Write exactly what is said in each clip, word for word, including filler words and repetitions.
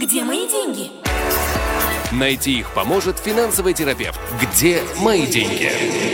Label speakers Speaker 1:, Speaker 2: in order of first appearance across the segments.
Speaker 1: Где мои деньги?
Speaker 2: Найти их поможет финансовый терапевт. Где мои деньги?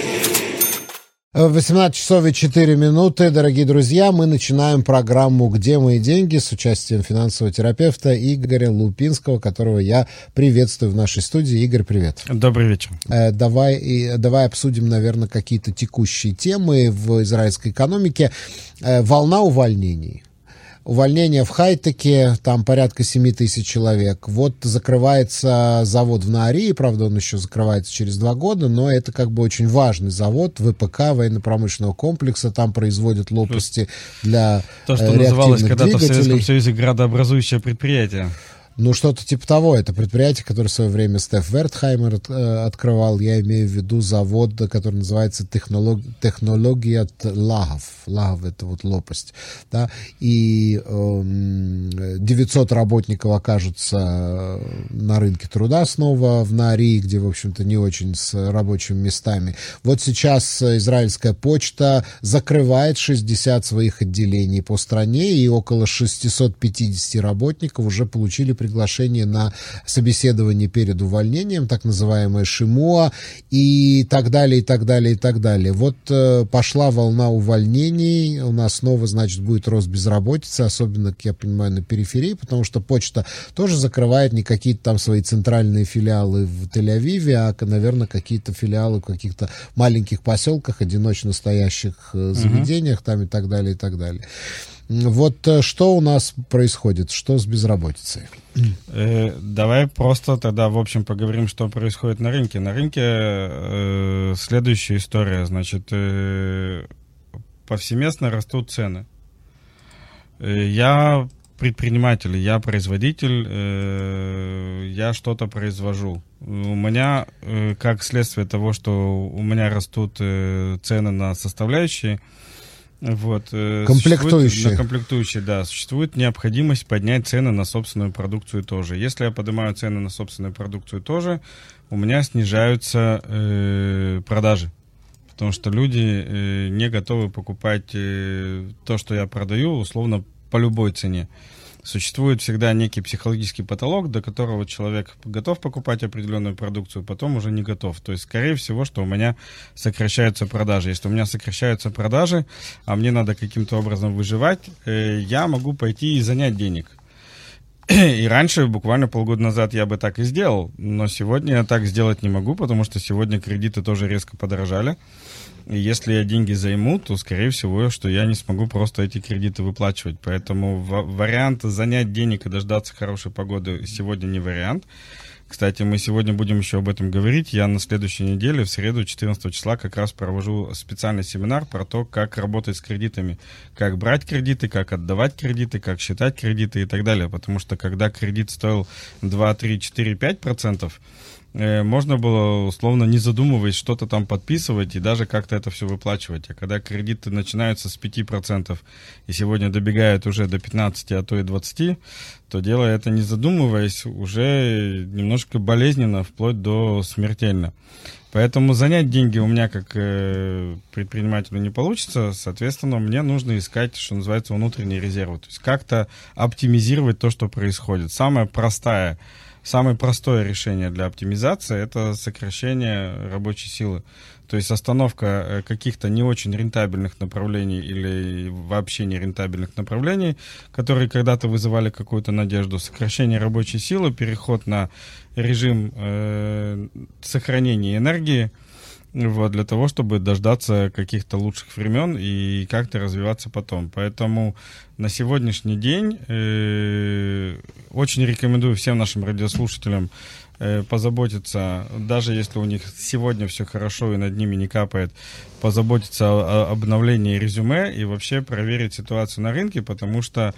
Speaker 3: восемнадцать часов и четыре минуты, дорогие друзья. Мы начинаем программу «Где мои деньги» с участием финансового терапевта Игоря Лупинского, которого я приветствую в нашей студии. Игорь, привет.
Speaker 4: Добрый вечер.
Speaker 3: Э, давай, и, давай обсудим, наверное, какие-то текущие темы в израильской экономике. Э, волна увольнений. Увольнение в хай-теке, там порядка семь тысяч человек. Вот закрывается завод в Наарии, правда, он еще закрывается через два года, но это как бы очень важный завод ВПК, военно-промышленного комплекса. Там производят лопасти для
Speaker 4: То, что
Speaker 3: реактивных
Speaker 4: называлось когда-то
Speaker 3: двигателей.
Speaker 4: в Советском Союзе градообразующее предприятие.
Speaker 3: Ну, что-то типа того. Это предприятие, которое в свое время Стеф Вертхаймер от, э, открывал. Я имею в виду завод, который называется технолог... «Технология Лагов». Лагов — это вот лопасть. Да? И э, девятьсот работников окажутся на рынке труда снова в Наарии, где, в общем-то, не очень с рабочими местами. Вот сейчас израильская почта закрывает шестьдесят своих отделений по стране, и около шестьсот пятьдесят работников уже получили приглашение на собеседование перед увольнением, так называемое шимуа, и так далее, и так далее, и так далее. Вот э, пошла волна увольнений, у нас снова, значит, будет рост безработицы, особенно, как я понимаю, на периферии, потому что почта тоже закрывает не какие-то там свои центральные филиалы в Тель-Авиве, а, наверное, какие-то филиалы в каких-то маленьких поселках, одиночно стоящих э, заведениях, uh-huh. там и так далее, и так далее. Вот что у нас происходит? Что с безработицей?
Speaker 4: Э, давай просто тогда, в общем, поговорим, что происходит на рынке. На рынке э, следующая история. Значит, э, повсеместно растут цены. Э, я предприниматель, я производитель, э, я что-то произвожу. У меня, э, как следствие того, что у меня растут э, цены на составляющие, Вот,
Speaker 3: комплектующие.
Speaker 4: На комплектующие, да. Существует необходимость поднять цены на собственную продукцию тоже. Если я поднимаю цены на собственную продукцию тоже, у меня снижаются э, продажи. Потому что люди э, не готовы покупать э, то, что я продаю, условно, по любой цене. Существует всегда некий психологический потолок, до которого человек готов покупать определенную продукцию, потом уже не готов. То есть, скорее всего, что у меня сокращаются продажи. Если у меня сокращаются продажи, а мне надо каким-то образом выживать, я могу пойти и занять денег. И раньше, буквально полгода назад, я бы так и сделал. Но сегодня я так сделать не могу, потому что сегодня кредиты тоже резко подорожали. И если я деньги займу, то, скорее всего, что я не смогу просто эти кредиты выплачивать. Поэтому вариант занять денег и дождаться хорошей погоды сегодня не вариант. Кстати, мы сегодня будем еще об этом говорить. Я на следующей неделе, в среду, четырнадцатого числа, как раз провожу специальный семинар про то, как работать с кредитами. Как брать кредиты, как отдавать кредиты, как считать кредиты и так далее. Потому что когда кредит стоил два, три, четыре, пять процентов, можно было, условно, не задумываясь, что-то там подписывать и даже как-то это все выплачивать. А когда кредиты начинаются с пяти процентов и сегодня добегают уже до пятнадцати, а то и двадцати, то делая это не задумываясь, уже немножко болезненно, вплоть до смертельно. Поэтому занять деньги у меня как э, предпринимателю не получится. Соответственно, мне нужно искать, что называется, внутренние резервы. То есть как-то оптимизировать то, что происходит. Самая простая Самое простое решение для оптимизации – это сокращение рабочей силы. То есть остановка каких-то не очень рентабельных направлений или вообще не рентабельных направлений, которые когда-то вызывали какую-то надежду, сокращение рабочей силы, переход на режим э, сохранения энергии, вот, для того, чтобы дождаться каких-то лучших времен и как-то развиваться потом. Поэтому на сегодняшний день э, очень рекомендую всем нашим радиослушателям э, позаботиться, даже если у них сегодня все хорошо и над ними не капает, позаботиться о, о обновлении резюме и вообще проверить ситуацию на рынке, потому что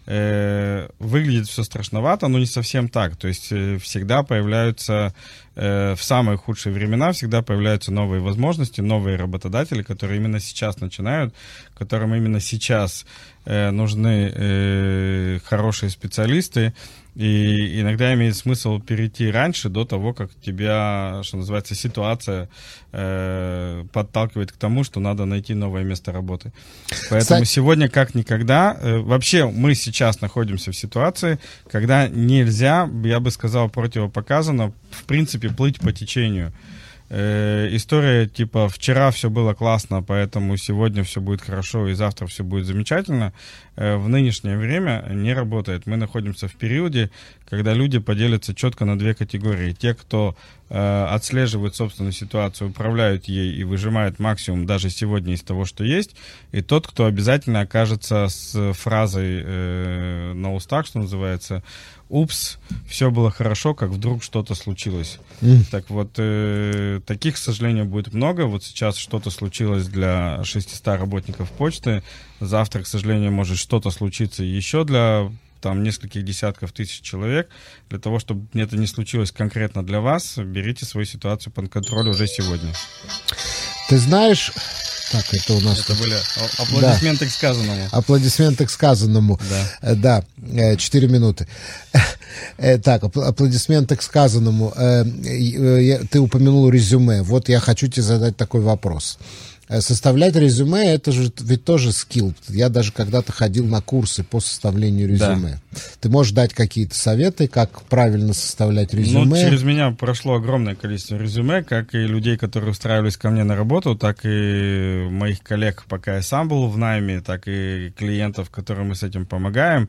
Speaker 4: э, выглядит все страшновато, но не совсем так. То есть э, всегда появляются, э, в самые худшие времена всегда появляются новые возможности, новые работодатели, которые именно сейчас начинают, которым именно сейчас э, нужны э, хорошие специалисты. И иногда имеет смысл перейти раньше, до того, как тебя, что называется, ситуация э, подталкивает к тому, что надо найти новое место работы. Поэтому Кстати... сегодня, как никогда, э, вообще мы сейчас находимся в ситуации, когда нельзя, я бы сказал, противопоказано, в принципе, плыть по течению. Э, история типа «вчера все было классно, поэтому сегодня все будет хорошо и завтра все будет замечательно» э, в нынешнее время не работает. Мы находимся в периоде, когда люди поделятся четко на две категории. Те, кто э, отслеживает собственную ситуацию, управляют ей и выжимают максимум даже сегодня из того, что есть, и тот, кто обязательно окажется с фразой э, на устах, что называется, «Упс, все было хорошо, как вдруг что-то случилось». Mm. Так вот, э, таких, к сожалению, будет много. Вот сейчас что-то случилось для шестисот работников почты. Завтра, к сожалению, может что-то случиться еще для там нескольких десятков тысяч человек. Для того, чтобы это не случилось конкретно для вас, берите свою ситуацию под контроль уже сегодня.
Speaker 3: Ты знаешь... Так, это у нас...
Speaker 4: Это были аплодисменты да. к сказанному.
Speaker 3: Аплодисменты к сказанному.
Speaker 4: Да.
Speaker 3: Да, четыре минуты. Так, аплодисменты к сказанному. Ты упомянул резюме. Вот я хочу тебе задать такой вопрос. Составлять резюме, это же ведь тоже скилл. Я даже когда-то ходил на курсы по составлению резюме. Да. Ты можешь дать какие-то советы, как правильно составлять резюме?
Speaker 4: Ну, через меня прошло огромное количество резюме, как и людей, которые устраивались ко мне на работу, так и моих коллег, пока я сам был в найме, так и клиентов, которым мы с этим помогаем.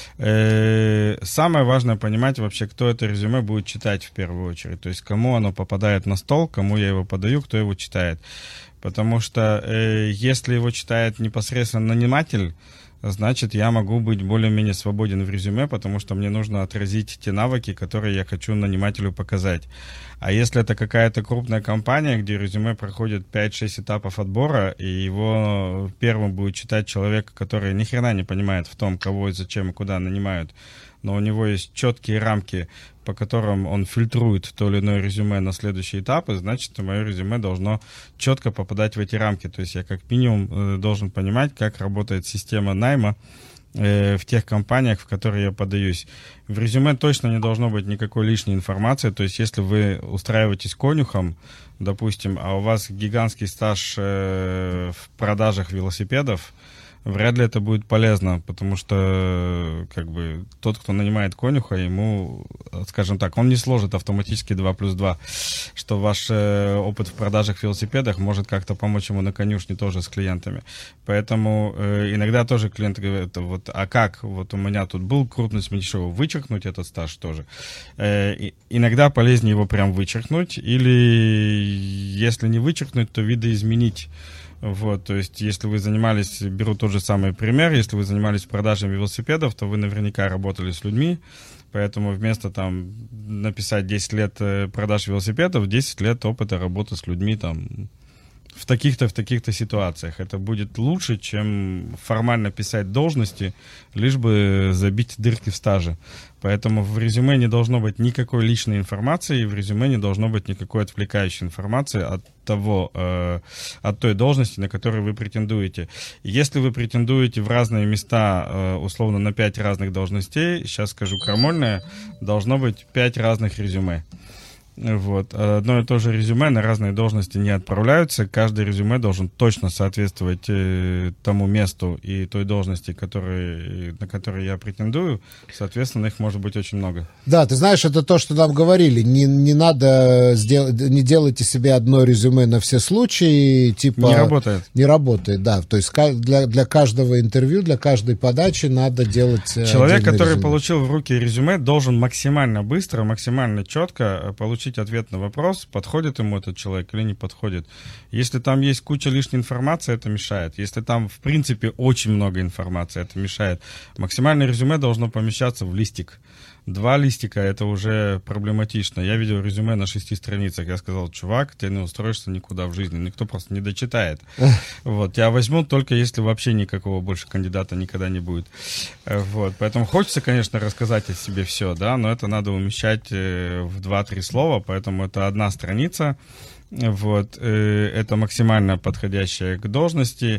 Speaker 4: Самое важное понимать вообще, кто это резюме будет читать в первую очередь. То есть, кому оно попадает на стол, кому я его подаю, кто его читает. Потому что э, если его читает непосредственно наниматель, значит, я могу быть более-менее свободен в резюме, потому что мне нужно отразить те навыки, которые я хочу нанимателю показать. А если это какая-то крупная компания, где резюме проходит пять-шесть этапов отбора, и его первым будет читать человек, который ни хрена не понимает в том, кого и зачем и куда нанимают, но у него есть четкие рамки, по которым он фильтрует то или иное резюме на следующие этапы, значит, мое резюме должно четко попадать в эти рамки. То есть я как минимум должен понимать, как работает система найма э, в тех компаниях, в которые я подаюсь. В резюме точно не должно быть никакой лишней информации. То есть если вы устраиваетесь конюхом, допустим, а у вас гигантский стаж э, в продажах велосипедов, вряд ли это будет полезно, потому что как бы тот, кто нанимает конюха, ему, скажем так, он не сложит автоматически два плюс два, что ваш э, опыт в продажах велосипедах может как-то помочь ему на конюшне тоже с клиентами. Поэтому э, иногда тоже клиенты говорят, вот, а как, вот у меня тут был крупный сменщик, вычеркнуть этот стаж тоже. Э, и, иногда полезнее его прям вычеркнуть, или если не вычеркнуть, то видоизменить. Вот, то есть, если вы занимались, беру тот же самый пример, если вы занимались продажами велосипедов, то вы наверняка работали с людьми, поэтому вместо там написать десять лет продаж велосипедов, десять лет опыта работы с людьми там в таких-то, в таких-то ситуациях. Это будет лучше, чем формально писать должности, лишь бы забить дырки в стаже. Поэтому в резюме не должно быть никакой личной информации, и в резюме не должно быть никакой отвлекающей информации от того, э, от той должности, на которую вы претендуете. Если вы претендуете в разные места, э, условно, на пять разных должностей, сейчас скажу крамольное, должно быть пять разных резюме. Вот. Одно и то же резюме на разные должности не отправляются. Каждый резюме должен точно соответствовать э, тому месту и той должности, который, на которую я претендую. Соответственно, их может быть очень много.
Speaker 3: Да, ты знаешь, это то, что нам говорили. Не, не надо сделать, не делайте себе одно резюме на все случаи. Типа,
Speaker 4: не работает.
Speaker 3: Не работает, да. То есть для, для каждого интервью, для каждой подачи надо делать
Speaker 4: человек, который
Speaker 3: резюме.
Speaker 4: Получил в руки резюме, должен максимально быстро, максимально четко получить ответ на вопрос, подходит ему этот человек или не подходит. Если там есть куча лишней информации, это мешает. Если там, в принципе, очень много информации, это мешает. Максимальное резюме должно помещаться в листик. Два листика — это уже проблематично. Я видел резюме на шести страницах. Я сказал, чувак, ты не устроишься никуда в жизни. Никто просто не дочитает. Вот. Тебя возьмут только если вообще никакого больше кандидата никогда не будет. Вот. Поэтому хочется, конечно, рассказать о себе все, да, но это надо умещать в два-три слова, поэтому это одна страница. Вот, это максимально подходящее к должности.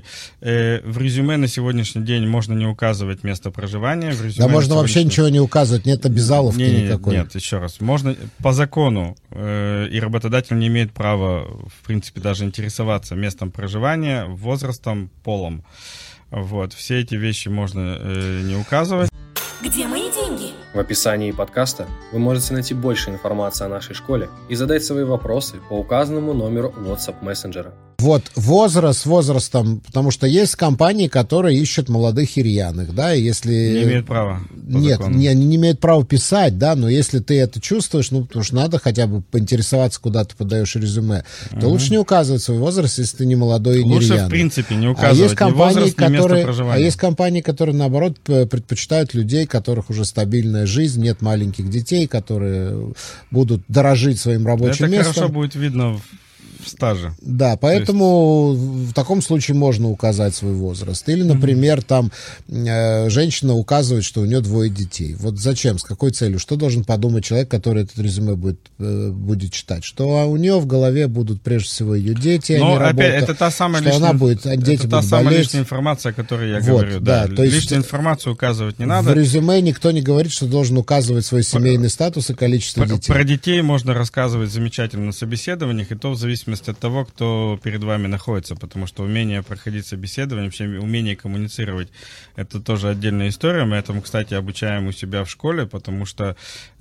Speaker 4: В резюме на сегодняшний день можно не указывать место проживания. В резюме
Speaker 3: да можно
Speaker 4: сегодняшний...
Speaker 3: вообще ничего не указывать, нет обязаловки
Speaker 4: не, не,
Speaker 3: никакой.
Speaker 4: Нет, еще раз. Можно по закону, и работодатель не имеет права, в принципе, даже интересоваться местом проживания, возрастом, полом. Вот, все эти вещи можно не указывать.
Speaker 1: Где мои деньги?
Speaker 5: В описании подкаста вы можете найти больше информации о нашей школе и задать свои вопросы по указанному номеру WhatsApp мессенджера.
Speaker 3: Вот, возраст, возрастом, потому что есть компании, которые ищут молодых и рьяных, да, и если...
Speaker 4: Не имеют права.
Speaker 3: Нет, не, они не имеют права писать, да, но если ты это чувствуешь, ну, потому что надо хотя бы поинтересоваться, куда ты подаешь резюме, uh-huh. то лучше не указывать свой возраст, если ты не молодой и не
Speaker 4: лучше,
Speaker 3: рьяный.
Speaker 4: Лучше, в принципе, не указывать
Speaker 3: а есть компании,
Speaker 4: ни возраст, ни
Speaker 3: которые,
Speaker 4: место проживания.
Speaker 3: А есть компании, которые, наоборот, предпочитают людей, у которых уже стабильная жизнь, нет маленьких детей, которые будут дорожить своим рабочим
Speaker 4: это
Speaker 3: местом.
Speaker 4: Это хорошо будет видно в стаже.
Speaker 3: Да, поэтому есть... в таком случае можно указать свой возраст. Или, например, mm-hmm. там э, женщина указывает, что у нее двое детей. Вот зачем, с какой целью? Что должен подумать человек, который этот резюме будет, э, будет читать? Что у нее в голове будут прежде всего ее дети, а не работа.
Speaker 4: Опять, это та самая
Speaker 3: что
Speaker 4: лишняя,
Speaker 3: она будет, дети
Speaker 4: это та
Speaker 3: будут
Speaker 4: самая
Speaker 3: болеть.
Speaker 4: лишняя информация, о которой я
Speaker 3: вот,
Speaker 4: говорю.
Speaker 3: Да,
Speaker 4: да.
Speaker 3: То есть
Speaker 4: лишнюю информацию указывать не надо.
Speaker 3: В резюме никто не говорит, что должен указывать свой семейный статус и количество
Speaker 4: про,
Speaker 3: детей.
Speaker 4: Про детей можно рассказывать замечательно на собеседованиях, и то в зависимости от того, кто перед вами находится, потому что умение проходить собеседование, вообще умение коммуницировать, это тоже отдельная история. Мы этому, кстати, обучаем у себя в школе, потому что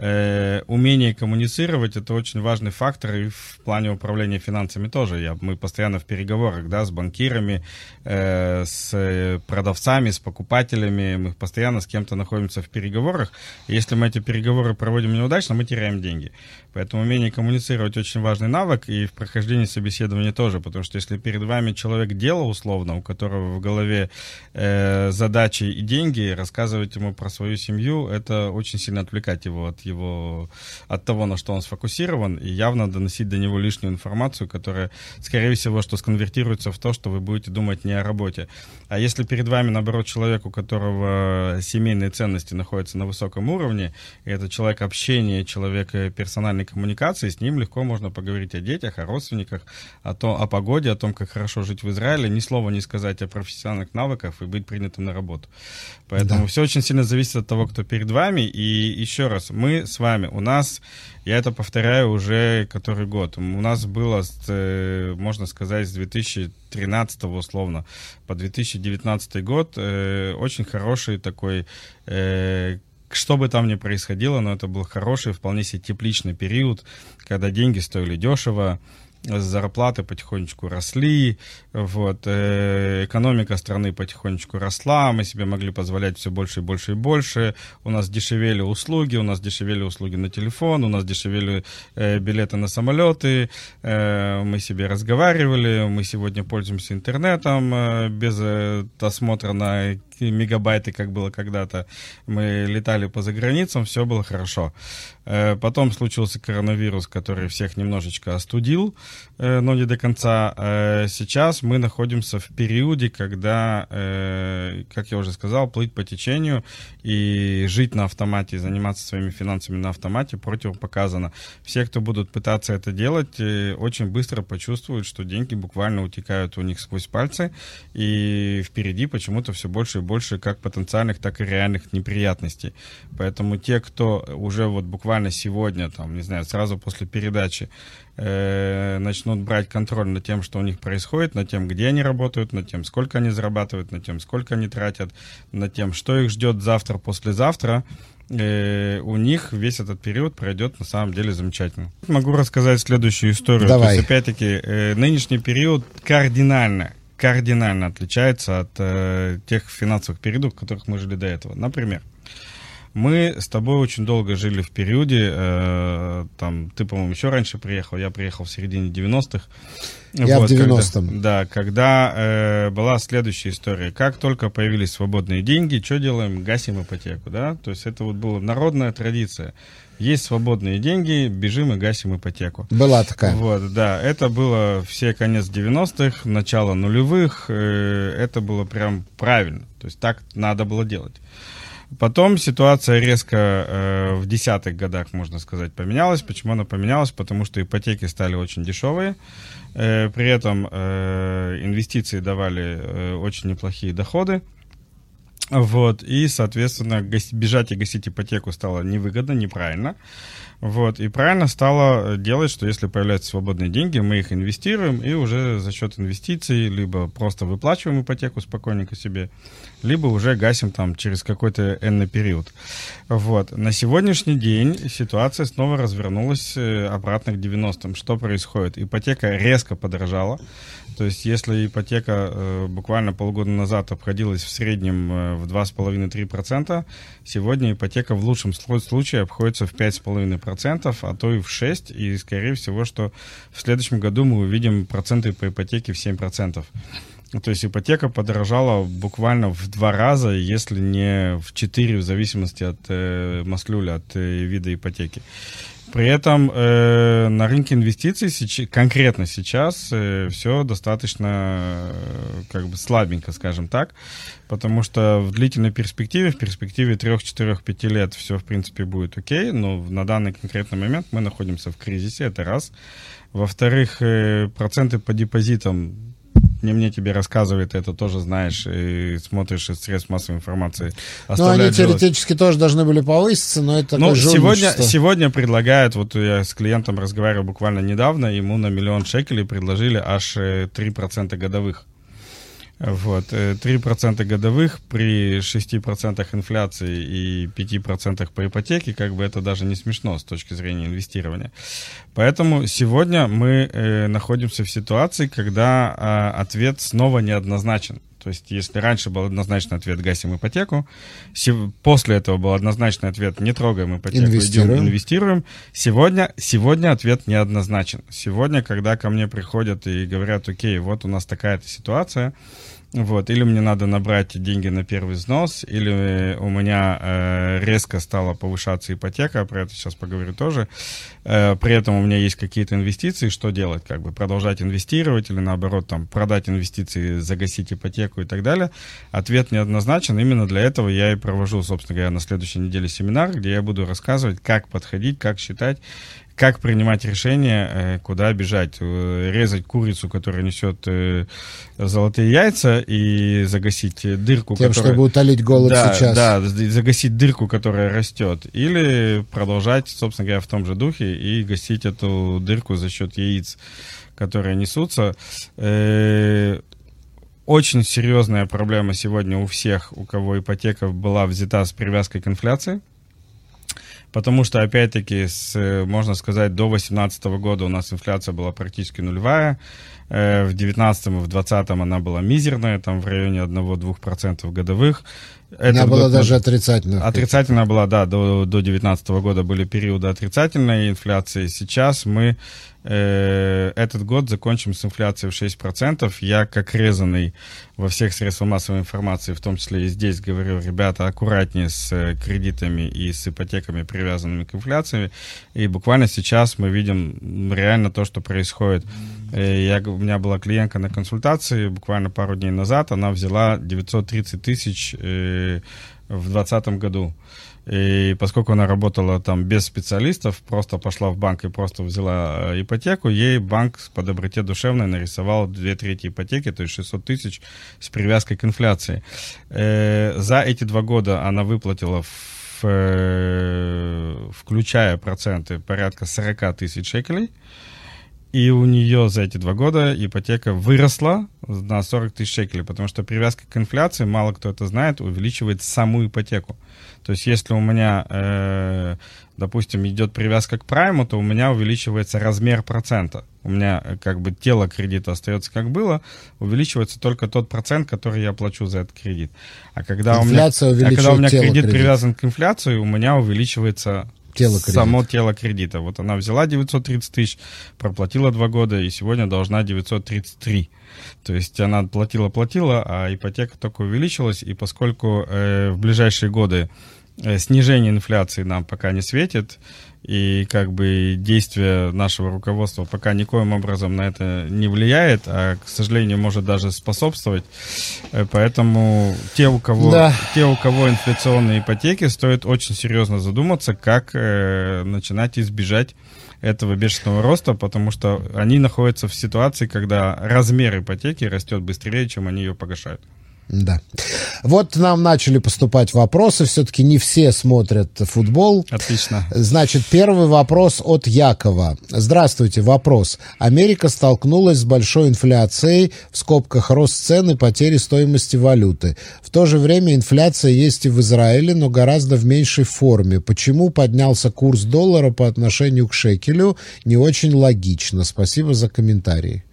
Speaker 4: э, умение коммуницировать — это очень важный фактор и в плане управления финансами тоже. Я, мы постоянно в переговорах, да, с банкирами, э, с продавцами, с покупателями, мы постоянно с кем-то находимся в переговорах. И если мы эти переговоры проводим неудачно, мы теряем деньги. Поэтому умение коммуницировать очень важный навык, и в прохождении собеседования тоже, потому что если перед вами человек дела условно, у которого в голове э, задачи и деньги, рассказывать ему про свою семью, это очень сильно отвлекать его от его от того, на что он сфокусирован, и явно доносить до него лишнюю информацию, которая, скорее всего, что сконвертируется в то, что вы будете думать не о работе. А если перед вами, наоборот, человек, у которого семейные ценности находятся на высоком уровне, и это человек общения, человек персональной коммуникации, с ним легко можно поговорить о детях, о родственниках, о том, о погоде, о том, как хорошо жить в Израиле, ни слова не сказать о профессиональных навыках и быть принятым на работу. Поэтому да. все очень сильно зависит от того, кто перед вами. И еще раз, мы с вами, у нас, я это повторяю уже который год, у нас было, можно сказать, с две тысячи тринадцатого условно по две тысячи девятнадцатый год очень хороший такой, что бы там ни происходило, но это был хороший, вполне себе тепличный период, когда деньги стоили дешево, зарплаты потихонечку росли, вот, э, экономика страны потихонечку росла, мы себе могли позволять все больше и больше и больше, у нас дешевели услуги, у нас дешевели услуги на телефон, у нас дешевели э, билеты на самолеты, э, мы себе разговаривали, мы сегодня пользуемся интернетом э, без э, осмотра на мегабайты, как было когда-то, мы летали по заграницам, все было хорошо. Э, потом случился коронавирус, который всех немножечко остудил, э, но не до конца. Э, сейчас мы находимся в периоде, когда, э, как я уже сказал, плыть по течению и жить на автомате, заниматься своими финансами на автомате противопоказано. Все, кто будут пытаться это делать, э, очень быстро почувствуют, что деньги буквально утекают у них сквозь пальцы, и впереди почему-то все больше и больше как потенциальных, так и реальных неприятностей. Поэтому те, кто уже вот буквально сегодня, там, не знаю, сразу после передачи э, начнут брать контроль над тем, что у них происходит, над тем, где они работают, над тем, сколько они зарабатывают, над тем, сколько они тратят, над тем, что их ждет завтра, послезавтра, э, у них весь этот период пройдет на самом деле замечательно. Могу рассказать следующую историю.
Speaker 3: Давай.
Speaker 4: То есть, опять-таки, э, нынешний период кардинально кардинально отличается от э, тех финансовых периодов, в которых мы жили до этого. Например, мы с тобой очень долго жили в периоде, э, там, ты, по-моему, еще раньше приехал, я приехал в середине девяностых.
Speaker 3: Я вот, в девяностом.
Speaker 4: Когда, да, когда э, была следующая история. Как только появились свободные деньги, что делаем? Гасим ипотеку, да? То есть это вот была народная традиция. Есть свободные деньги, бежим и гасим ипотеку.
Speaker 3: Была такая.
Speaker 4: Вот, да, это было все конец девяностых, начало нулевых, э, это было прям правильно, то есть так надо было делать. Потом ситуация резко э, в десятых годах, можно сказать, поменялась. Почему она поменялась? Потому что ипотеки стали очень дешевые. Э, при этом э, инвестиции давали э, очень неплохие доходы. Вот, и, соответственно, бежать и гасить ипотеку стало невыгодно, неправильно. Вот, и правильно стало делать, что если появляются свободные деньги, мы их инвестируем, и уже за счет инвестиций либо просто выплачиваем ипотеку спокойненько себе, либо уже гасим там через какой-то энный период. Вот. На сегодняшний день ситуация снова развернулась обратно к девяностым. Что происходит? Ипотека резко подорожала. То есть, если ипотека э, буквально полгода назад обходилась в среднем э, в два с половиной - три процента, сегодня ипотека в лучшем случае обходится в пять с половиной процентов, а то и в шесть процентов. И, скорее всего, что в следующем году мы увидим проценты по ипотеке в семь процентов. То есть, ипотека подорожала буквально в два раза, если не в четыре, в зависимости от э, маслюля, от э, вида ипотеки. При этом э, на рынке инвестиций сейчас, конкретно сейчас э, все достаточно э, как бы слабенько, скажем так, потому что в длительной перспективе, в перспективе трех, четырех, пяти лет все, в принципе, будет окей, но на данный конкретный момент мы находимся в кризисе, это раз. Во-вторых, э, проценты по депозитам, не мне тебе рассказывает, это тоже знаешь и смотришь из средств массовой информации.
Speaker 3: Ну, они теоретически делать. Тоже должны были повыситься, но это
Speaker 4: ну,
Speaker 3: такое
Speaker 4: сегодня, сегодня предлагают, вот я с клиентом разговаривал буквально недавно, ему на миллион шекелей предложили аж три процента годовых. Вот, три процента годовых при шести процентах инфляции и пяти процентах по ипотеке, как бы это даже не смешно с точки зрения инвестирования. Поэтому сегодня мы э, находимся в ситуации, когда э, ответ снова неоднозначен. То есть, если раньше был однозначный ответ «гасим ипотеку», после этого был однозначный ответ «не трогаем ипотеку,
Speaker 3: инвестируем.
Speaker 4: идем инвестируем», сегодня, сегодня ответ неоднозначен. Сегодня, когда ко мне приходят и говорят «окей, вот у нас такая-то ситуация», вот, или мне надо набрать деньги на первый взнос, или у меня э, резко стала повышаться ипотека, про это сейчас поговорю тоже, э, при этом у меня есть какие-то инвестиции, что делать, как бы продолжать инвестировать или наоборот там продать инвестиции, загасить ипотеку и так далее. Ответ неоднозначен, именно для этого я и провожу, собственно говоря, на следующей неделе семинар, где я буду рассказывать, как подходить, как считать, как принимать решение, куда бежать. Резать курицу, которая несет золотые яйца, и загасить дырку,
Speaker 3: Тем,
Speaker 4: которая...
Speaker 3: чтобы утолить голод
Speaker 4: да,
Speaker 3: сейчас.
Speaker 4: Да, загасить дырку, которая растет. Или продолжать, собственно говоря, в том же духе и гасить эту дырку за счет яиц, которые несутся. Очень серьезная проблема сегодня у всех, у кого ипотека была взята с привязкой к инфляции. Потому что, опять-таки, с, можно сказать, до две тысячи восемнадцатого года у нас инфляция была практически нулевая. В девятнадцатом и в двадцатом она была мизерная, там в районе одного-двух процентов годовых.
Speaker 3: Она была даже отрицательная.
Speaker 4: Отрицательная была, да, до, до девятнадцатого года были периоды отрицательной инфляции. Сейчас мы э, этот год закончим с инфляцией в шесть процентов. Я, как резанный во всех средствах массовой информации, в том числе и здесь, говорю, ребята, аккуратнее с кредитами и с ипотеками, привязанными к инфляции. И буквально сейчас мы видим реально то, что происходит. Я, у меня была клиентка на консультации буквально пару дней назад. Она взяла девятьсот тридцать тысяч э, в двадцатом году. И поскольку она работала там без специалистов, просто пошла в банк и просто взяла ипотеку, ей банк по доброте душевной нарисовал две трети ипотеки, то есть шестьсот тысяч с привязкой к инфляции. Э, за эти два года она выплатила, в, э, включая проценты, порядка сорок тысяч шекелей. И у нее за эти два года ипотека выросла на сорок тысяч шекелей, потому что привязка к инфляции, мало кто это знает, увеличивает саму ипотеку. То есть если у меня, э, допустим, идет привязка к прайму, то у меня увеличивается размер процента. У меня как бы тело кредита остается как было, увеличивается только тот процент, который я плачу за этот кредит. А когда,
Speaker 3: Инфляция
Speaker 4: у меня, а когда у меня кредит
Speaker 3: кредита.
Speaker 4: привязан к инфляции, у меня увеличивается...
Speaker 3: Тело
Speaker 4: само тело кредита. Вот она взяла девятьсот тридцать тысяч, проплатила два года, и сегодня должна девятьсот тридцать три. То есть она платила-платила, а ипотека только увеличилась, и поскольку э, в ближайшие годы снижение инфляции нам пока не светит, и как бы действие нашего руководства пока никоим образом на это не влияет, а, к сожалению, может даже способствовать. Поэтому те, у кого, да. те, у кого инфляционные ипотеки, стоит очень серьезно задуматься, как э, начинать избежать этого бешеного роста, потому что они находятся в ситуации, когда размер ипотеки растет быстрее, чем они ее погашают.
Speaker 3: Да. Вот нам начали поступать вопросы. Все-таки не все смотрят футбол.
Speaker 4: Отлично.
Speaker 3: Значит, первый вопрос от Якова. Здравствуйте. Вопрос. Америка столкнулась с большой инфляцией, в скобках рост цен и потери стоимости валюты. В то же время инфляция есть и в Израиле, но гораздо в меньшей форме. Почему поднялся курс доллара по отношению к шекелю? Не очень логично. Спасибо за комментарии.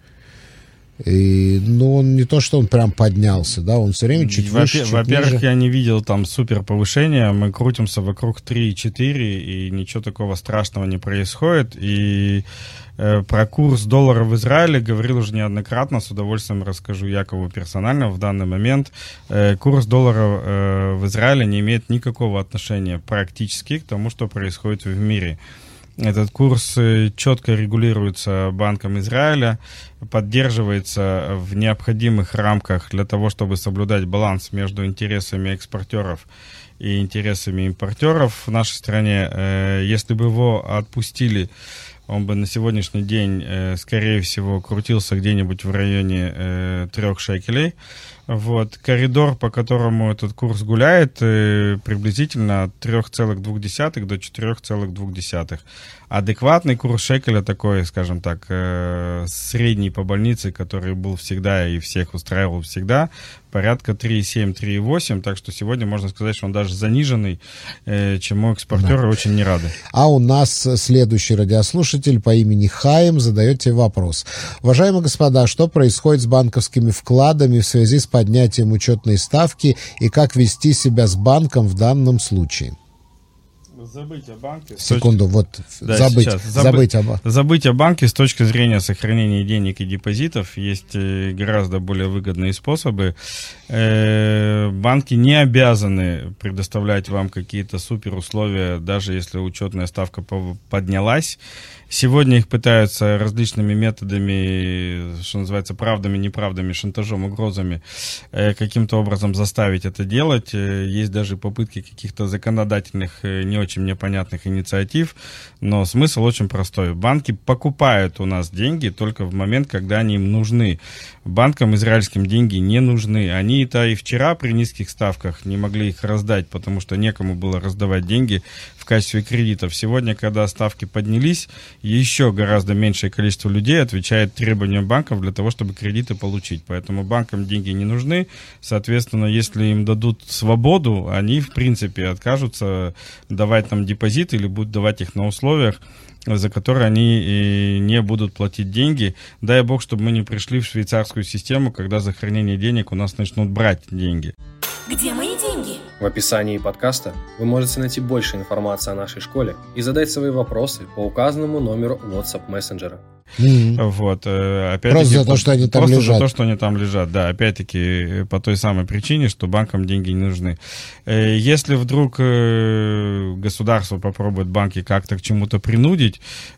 Speaker 3: И, ну, он не то, что он прям поднялся, да, он все время чуть выше, чуть
Speaker 4: Во-первых,
Speaker 3: ниже.
Speaker 4: Я не видел там супер повышения, мы крутимся вокруг три-четыре, и ничего такого страшного не происходит. И э, про курс доллара в Израиле говорил уже неоднократно, с удовольствием расскажу Якову персонально в данный момент. Э, курс доллара э, в Израиле не имеет никакого отношения практически к тому, что происходит в мире. Этот курс четко регулируется Банком Израиля, поддерживается в необходимых рамках для того, чтобы соблюдать баланс между интересами экспортеров и интересами импортеров в нашей стране. Если бы его отпустили, он бы на сегодняшний день, скорее всего, крутился где-нибудь в районе трех шекелей. Вот. Коридор, по которому этот курс гуляет, приблизительно от трёх целых двух десятых до четырёх целых двух десятых. Адекватный курс шекеля такой, скажем так, средний по больнице, который был всегда и всех устраивал всегда, порядка три и семь - три и восемь, так что сегодня можно сказать, что он даже заниженный, чему экспортеры да. очень не рады.
Speaker 3: А у нас следующий радиослушатель по имени Хаим задает тебе вопрос. Уважаемые господа, что происходит с банковскими вкладами в связи с поднятием учетной ставки и как вести себя с банком в данном случае?
Speaker 4: Забыть о банке.
Speaker 3: Секунду, вот
Speaker 4: да,
Speaker 3: забыть,
Speaker 4: Забы...
Speaker 3: забыть о банке.
Speaker 4: Забыть о банке с точки зрения сохранения денег и депозитов есть гораздо более выгодные способы. Банки не обязаны предоставлять вам какие-то супер условия, даже если учетная ставка поднялась. Сегодня их пытаются различными методами, что называется, правдами, неправдами, шантажом, угрозами, каким-то образом заставить это делать. Есть даже попытки каких-то законодательных, не очень мне понятных инициатив, но смысл очень простой. Банки покупают у нас деньги только в момент, когда они им нужны. Банкам израильским деньги не нужны. Они-то и вчера при низких ставках не могли их раздать, потому что некому было раздавать деньги в качестве кредитов. Сегодня, когда ставки поднялись, еще гораздо меньшее количество людей отвечает требованиям банков для того, чтобы кредиты получить. Поэтому банкам деньги не нужны. Соответственно, если им дадут свободу, они, в принципе, откажутся давать нам депозиты или будут давать их на условиях, за которые они и не будут платить деньги. Дай бог, чтобы мы не пришли в швейцарскую систему, когда за хранение денег у нас начнут брать деньги.
Speaker 1: Где мои деньги?
Speaker 5: В описании подкаста вы можете найти больше информации о нашей школе и задать свои вопросы по указанному номеру WhatsApp мессенджера.
Speaker 3: Mm-hmm.
Speaker 4: Вот, опять-таки,
Speaker 3: просто за то, что они там
Speaker 4: просто
Speaker 3: лежат.
Speaker 4: за то, что они там лежат, да, опять-таки по той самой причине, что банкам деньги не нужны. Если вдруг государство попробует банки как-то к чему-то принудить,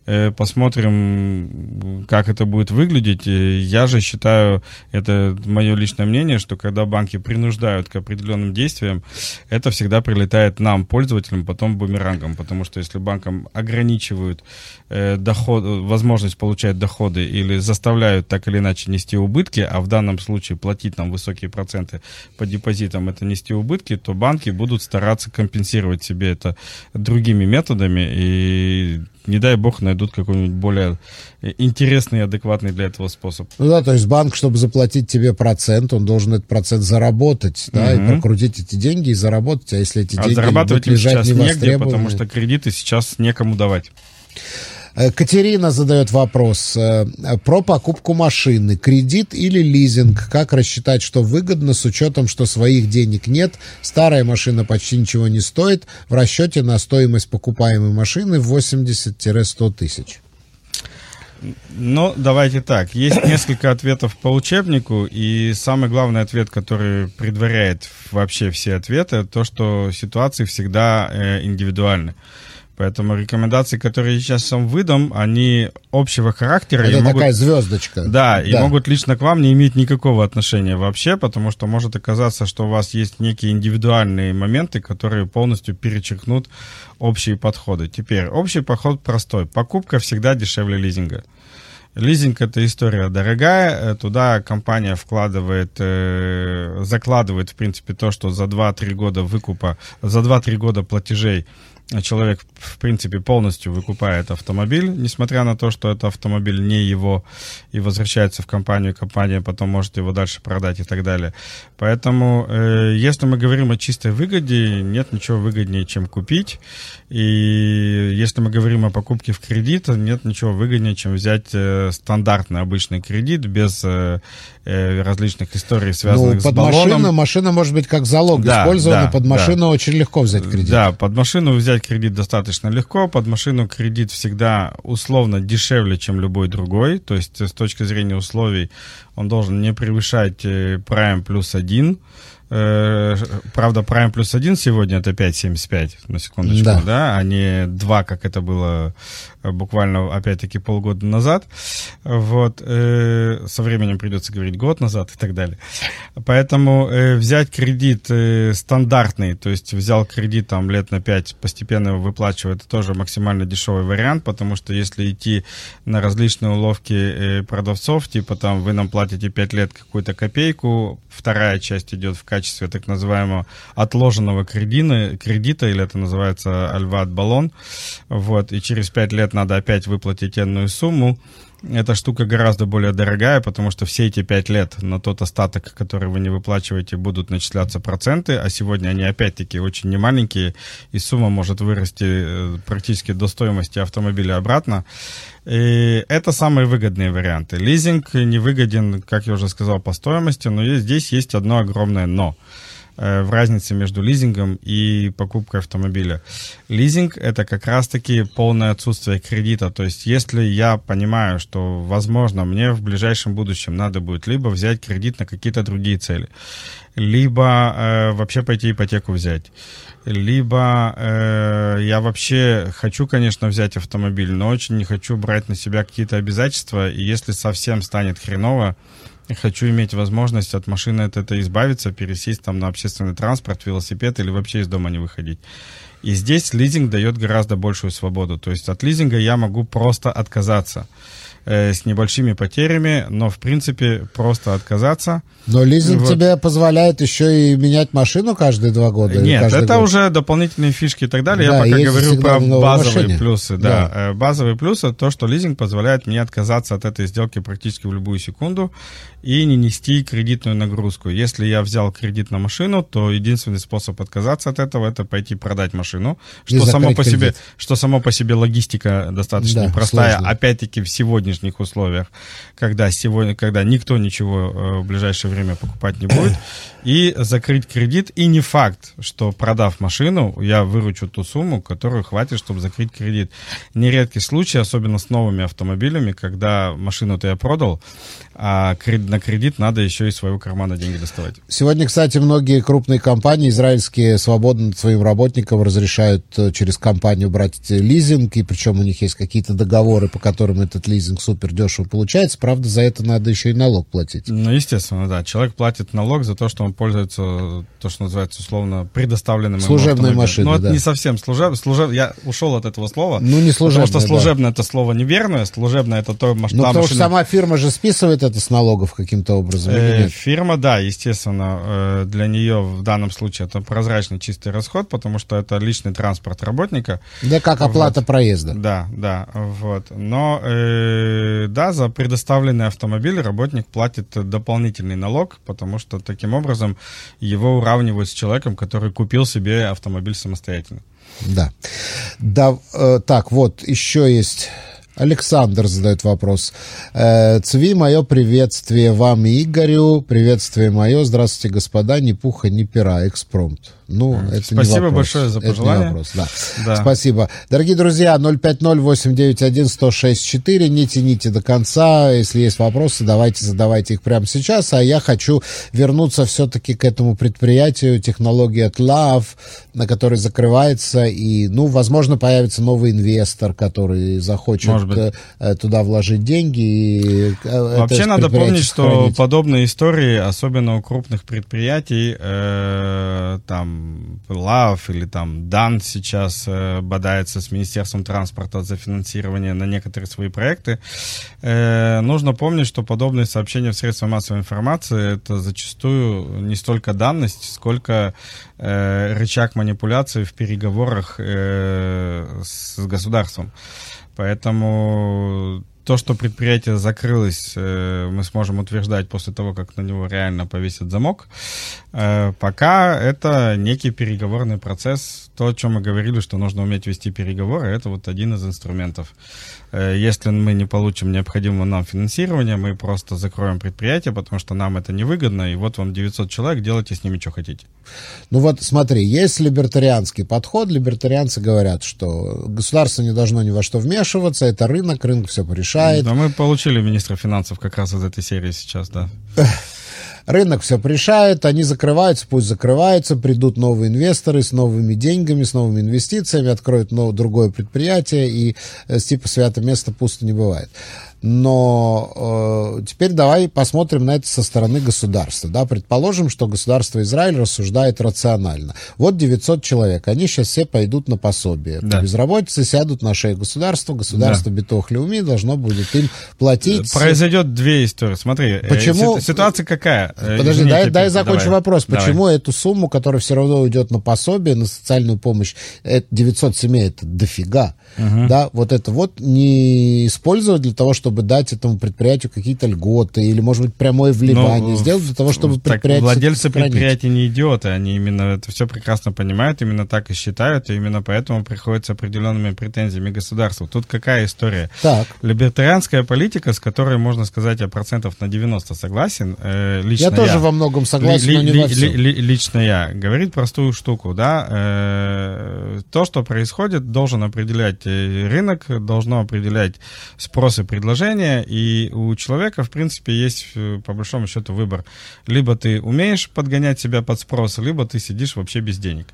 Speaker 4: посмотрим, как это будет выглядеть. Я же считаю, это мое личное мнение, что когда банки принуждают к определенным действиям, это всегда прилетает нам, пользователям, потом бумерангом, потому что если банкам ограничивают доход, возможность получать доходы или заставляют так или иначе нести убытки, а в данном случае платить нам высокие проценты по депозитам, это нести убытки, то банки будут стараться компенсировать себе это другими методами и, не дай бог, найдут какой-нибудь более интересный и адекватный для этого способ.
Speaker 3: Ну да, то есть банк, чтобы заплатить тебе процент, он должен этот процент заработать, да, угу. и прокрутить эти деньги и заработать, а если эти
Speaker 4: а
Speaker 3: деньги
Speaker 4: зарабатывать
Speaker 3: будут лежать
Speaker 4: сейчас негде,
Speaker 3: невостребованные...
Speaker 4: потому что кредиты сейчас некому давать.
Speaker 3: Катерина задает вопрос про покупку машины. Кредит или лизинг? Как рассчитать, что выгодно, с учетом, что своих денег нет, старая машина почти ничего не стоит, в расчете на стоимость покупаемой машины восемьдесят - сто тысяч?
Speaker 4: Ну, давайте так. Есть несколько ответов по учебнику, и самый главный ответ, который предваряет вообще все ответы, то, что ситуации всегда э, индивидуальны. Поэтому рекомендации, которые я сейчас вам выдам, они общего характера.
Speaker 3: Это
Speaker 4: и
Speaker 3: такая
Speaker 4: могут,
Speaker 3: звездочка.
Speaker 4: Да,
Speaker 3: да,
Speaker 4: и могут лично к вам не иметь никакого отношения вообще, потому что может оказаться, что у вас есть некие индивидуальные моменты, которые полностью перечеркнут общие подходы. Теперь, общий подход простой. Покупка всегда дешевле лизинга. Лизинг – это история дорогая, туда компания вкладывает, э, закладывает, в принципе, то, что за два-три года выкупа, за два-три года платежей человек, в принципе, полностью выкупает автомобиль, несмотря на то, что это автомобиль не его, и возвращается в компанию, компания потом может его дальше продать и так далее. Поэтому, э, если мы говорим о чистой выгоде, нет ничего выгоднее, чем купить. И если мы говорим о покупке в кредит, нет ничего выгоднее, чем взять э, стандартный обычный кредит без э, э, различных историй, связанных ну, с баллоном.
Speaker 3: Под машину, машина может быть как залог
Speaker 4: да,
Speaker 3: использована,
Speaker 4: да,
Speaker 3: под машину
Speaker 4: да.
Speaker 3: очень легко взять кредит.
Speaker 4: Да, под машину взять кредит достаточно легко, под машину кредит всегда условно дешевле, чем любой другой, то есть с точки зрения условий он должен не превышать Prime плюс один. Правда, Prime плюс один сегодня это пять семьдесят пять, на секундочку, да. да, а не два, как это было буквально, опять-таки, полгода назад. Вот. Со временем придется говорить год назад и так далее. Поэтому взять кредит стандартный, то есть взял кредит там лет на пять, постепенно его выплачивать, это тоже максимально дешевый вариант, потому что если идти на различные уловки продавцов, типа там вы нам платите пять лет какую-то копейку, вторая часть идет в качестве так называемого отложенного кредита, кредита или это называется альват-баллон, вот, и через пять лет надо опять выплатить энную сумму. Эта штука гораздо более дорогая, потому что все эти пять лет на тот остаток, который вы не выплачиваете, будут начисляться проценты, а сегодня они опять-таки очень немаленькие, и сумма может вырасти практически до стоимости автомобиля обратно. И это самые выгодные варианты. Лизинг невыгоден, как я уже сказал, по стоимости, но здесь есть одно огромное «но» в разнице между лизингом и покупкой автомобиля. Лизинг – это как раз-таки полное отсутствие кредита. То есть, если я понимаю, что, возможно, мне в ближайшем будущем надо будет либо взять кредит на какие-то другие цели, либо э, вообще пойти ипотеку взять, либо э, я вообще хочу, конечно, взять автомобиль, но очень не хочу брать на себя какие-то обязательства, и если совсем станет хреново, хочу иметь возможность от машины от этой избавиться, пересесть там на общественный транспорт, велосипед или вообще из дома не выходить. И здесь лизинг дает гораздо большую свободу. То есть от лизинга я могу просто отказаться э, с небольшими потерями, но в принципе просто отказаться.
Speaker 3: Но лизинг
Speaker 4: вот.
Speaker 3: тебе позволяет еще и менять машину каждые два года?
Speaker 4: Нет, это
Speaker 3: год?
Speaker 4: уже дополнительные фишки и так далее.
Speaker 3: Да,
Speaker 4: я пока говорю про базовые
Speaker 3: машине.
Speaker 4: плюсы. Да.
Speaker 3: Да.
Speaker 4: Базовые плюсы — то, что лизинг позволяет мне отказаться от этой сделки практически в любую секунду и не нести кредитную нагрузку. Если я взял кредит на машину, то единственный способ отказаться от этого — это пойти продать машину, что само по себе, что само по себе логистика достаточно
Speaker 3: да,
Speaker 4: простая,
Speaker 3: сложно.
Speaker 4: Опять-таки в сегодняшних условиях, когда, сегодня, когда никто ничего в ближайшее время покупать не будет, и закрыть кредит. И не факт, что продав машину, я выручу ту сумму, которую хватит, чтобы закрыть кредит. Нередкий случай, особенно с новыми автомобилями, когда машину-то я продал, а на кредит надо еще из своего кармана деньги доставать.
Speaker 3: Сегодня, кстати, многие крупные компании израильские свободно своим работникам разрешают через компанию брать лизинг, и причем у них есть какие-то договоры, по которым этот лизинг супер дешево получается. Правда, за это надо еще и налог платить.
Speaker 4: Ну, естественно, да. Человек платит налог за то, что он пользуется, то, что называется условно предоставленным ему
Speaker 3: служебной машиной.
Speaker 4: Ну, это
Speaker 3: да.
Speaker 4: не совсем служеб... служеб... Я ушел от этого слова.
Speaker 3: Ну, не служебное,
Speaker 4: потому что служебное
Speaker 3: да.
Speaker 4: это слово неверное, служебное это то масштаб.
Speaker 3: Ну, потому
Speaker 4: машины...
Speaker 3: что сама фирма же списывает это с налогов каким-то образом, или
Speaker 4: э,
Speaker 3: нет?
Speaker 4: Фирма, да, естественно, для нее в данном случае это прозрачный чистый расход, потому что это личный транспорт работника.
Speaker 3: Да, как оплата
Speaker 4: вот.
Speaker 3: проезда.
Speaker 4: Да, да, вот. Но, э, да, за предоставленный автомобиль работник платит дополнительный налог, потому что таким образом его уравнивают с человеком, который купил себе автомобиль самостоятельно.
Speaker 3: Да. Да, э, так, вот, еще есть... Александр задает вопрос. Э, Цви, мое приветствие вам и Игорю. Приветствие мое. Здравствуйте, господа. Ни пуха, ни пера. Экспромт. Ну, это
Speaker 4: Спасибо
Speaker 3: не вопрос.
Speaker 4: большое за пожелание.
Speaker 3: Это не вопрос, да.
Speaker 4: Да.
Speaker 3: Спасибо. Дорогие друзья, ноль пять ноль восемь девять один сто шесть четыре. Не тяните до конца. Если есть вопросы, давайте задавайте их прямо сейчас. А я хочу вернуться все-таки к этому предприятию технология тлав, на который закрывается. И, ну, возможно, появится новый инвестор, который захочет туда вложить деньги. И
Speaker 4: вообще надо помнить, что подобные истории, особенно у крупных предприятий, э, там, Лав или там Дан сейчас э, бодается с Министерством транспорта за финансирование на некоторые свои проекты. Э, нужно помнить, что подобные сообщения в средствах массовой информации — это зачастую не столько данность, сколько э, рычаг манипуляции в переговорах э, с государством. Поэтому то, что предприятие закрылось, мы сможем утверждать после того, как на него реально повесят замок. Пока это некий переговорный процесс. То, о чем мы говорили, что нужно уметь вести переговоры, это вот один из инструментов. Если мы не получим необходимого нам финансирования, мы просто закроем предприятие, потому что нам это невыгодно, и вот вам девятьсот человек, делайте с ними, что хотите.
Speaker 3: Ну вот смотри, есть либертарианский подход. Либертарианцы говорят, что государство не должно ни во что вмешиваться, это рынок, рынок все порешает.
Speaker 4: Да, мы получили министра финансов как раз из этой серии сейчас, да.
Speaker 3: Рынок все порешает, они закрываются, пусть закрываются, придут новые инвесторы с новыми деньгами, с новыми инвестициями, откроют новое, другое предприятие, и э, типа святое место пусто не бывает. Но э, теперь давай посмотрим на это со стороны государства. Да? Предположим, что государство Израиль рассуждает рационально. Вот девятьсот человек, они сейчас все пойдут на пособие. Да. По безработице сядут на шею государства, государство да. Битох Леуми должно будет им платить.
Speaker 4: Произойдет две истории. Смотри,
Speaker 3: почему...
Speaker 4: ситуация какая?
Speaker 3: Подожди, Извините, дай, дай закончу
Speaker 4: давай.
Speaker 3: вопрос. Почему
Speaker 4: давай.
Speaker 3: Эту сумму, которая все равно уйдет на пособие, на социальную помощь, это девятьсот семей, это дофига, угу. да, вот это вот не использовать для того, чтобы дать этому предприятию какие-то льготы или, может быть, прямое вливание, ну, сделать для того, чтобы предприятие
Speaker 4: владельцы
Speaker 3: сохранить.
Speaker 4: Предприятия не идиоты, они именно это все прекрасно понимают, именно так и считают, и именно поэтому приходят с определенными претензиями государству. Тут какая история?
Speaker 3: Так.
Speaker 4: Либертарианская политика, с которой, можно сказать, я процентов на девяносто согласен, э, лично
Speaker 3: я.
Speaker 4: Я
Speaker 3: тоже во многом согласен, ли, но не
Speaker 4: ли,
Speaker 3: во всем.
Speaker 4: Ли, ли, лично я. Говорит простую штуку, да, э, то, что происходит, должен определять рынок, должно определять спрос и предложение, и у человека, в принципе, есть, по большому счету, выбор. Либо ты умеешь подгонять себя под спрос, либо ты сидишь вообще без денег.